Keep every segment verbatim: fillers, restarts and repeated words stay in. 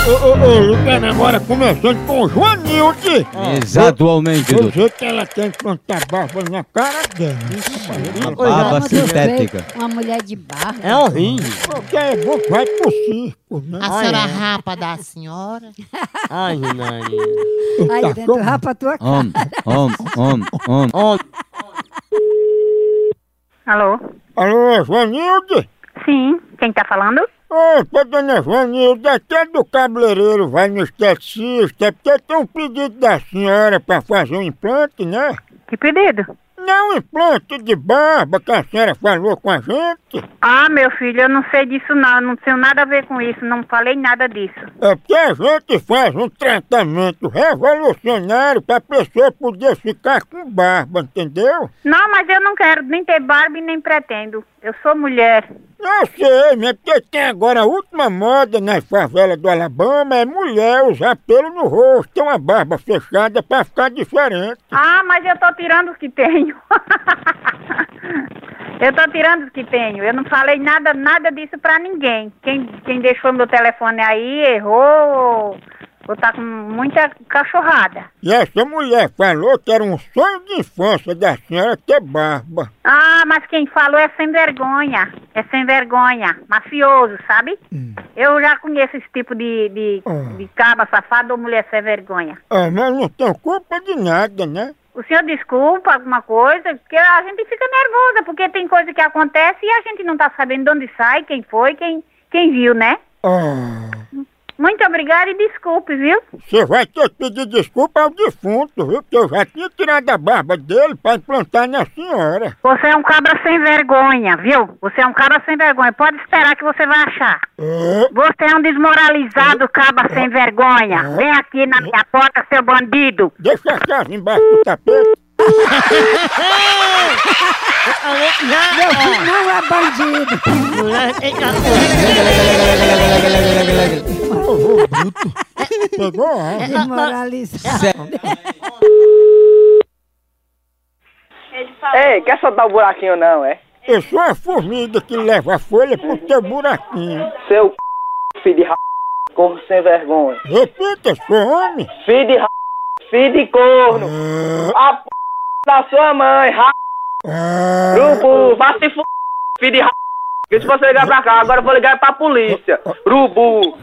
Ô, ô, ô, Luciano, agora começando com o Joanilde. Exatamente, Eu doutor. sei que ela quer plantar barba na cara dela. Barba sintética. Uma mulher de barro. É horrível. Porque é bom que vai pro circo, né? A senhora rapa da senhora? Ai, Maria. Aí Tá dentro, como? rapa a tua cara. Homem, homem, homem, homem. Ó, Alô? Alô, Joanilde? Sim, quem tá falando? Ô, tô dona Joanilde, aqui é do cabeleireiro, vai no esteticista, porque tem um pedido da senhora pra fazer um implante, né? Que pedido? Não, um implante de barba que a senhora falou com a gente. Ah, meu filho, eu não sei disso não, não tenho nada a ver com isso, não falei nada disso. É porque a gente faz um tratamento revolucionário pra pessoa poder ficar com barba, entendeu? Não, mas eu não quero nem ter barba e nem pretendo. Eu sou mulher. Eu sei, né? Porque tem agora a última moda nas favelas do Alabama, é mulher usar pelo no rosto, tem uma barba fechada pra ficar diferente. Ah, mas eu tô tirando os que tenho. Eu tô tirando os que tenho. Eu não falei nada, nada disso pra ninguém. Quem, quem deixou meu telefone aí errou ou tá com muita cachorrada. E essa mulher falou que era um sonho de infância da senhora ter barba. Ah, mas quem falou é sem vergonha. É sem vergonha. Mafioso, sabe? Hum. Eu já conheço esse tipo de, de, Ah. de caba safado ou mulher sem vergonha. Ah, mas não tem culpa de nada, né? O senhor desculpa alguma coisa? Porque a gente fica nervosa, porque tem coisa que acontece e a gente não tá sabendo de onde sai, quem foi, quem, quem viu, né? Ah, Muito obrigada e desculpe, viu? você vai ter que pedir desculpa ao defunto, viu? Porque eu já tinha tirado a barba dele pra implantar na senhora. Você é um cabra sem vergonha, viu? Você é um cabra sem vergonha. Pode esperar que você vai achar. É, Você é um desmoralizado cabra sem vergonha. Vem aqui na minha porta, seu bandido. deixa a chave embaixo do tapete. Meu filho não é bandido. Ô, bruto. Pegou, é? Desmoralizado. Ei, quer soltar o buraquinho não, é? Eu sou a formiga que leva a folha pro teu buraquinho. Seu c... filho de r... corno sem vergonha. Repita, sou homem. Filho de r... filho de corno. Ah, A p... da sua mãe, r... ah, Urubu, vá se f... filho de r... Porque se você ligar pra cá, agora eu vou ligar pra polícia. Urubu.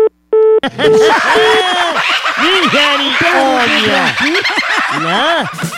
misericórdia! Não?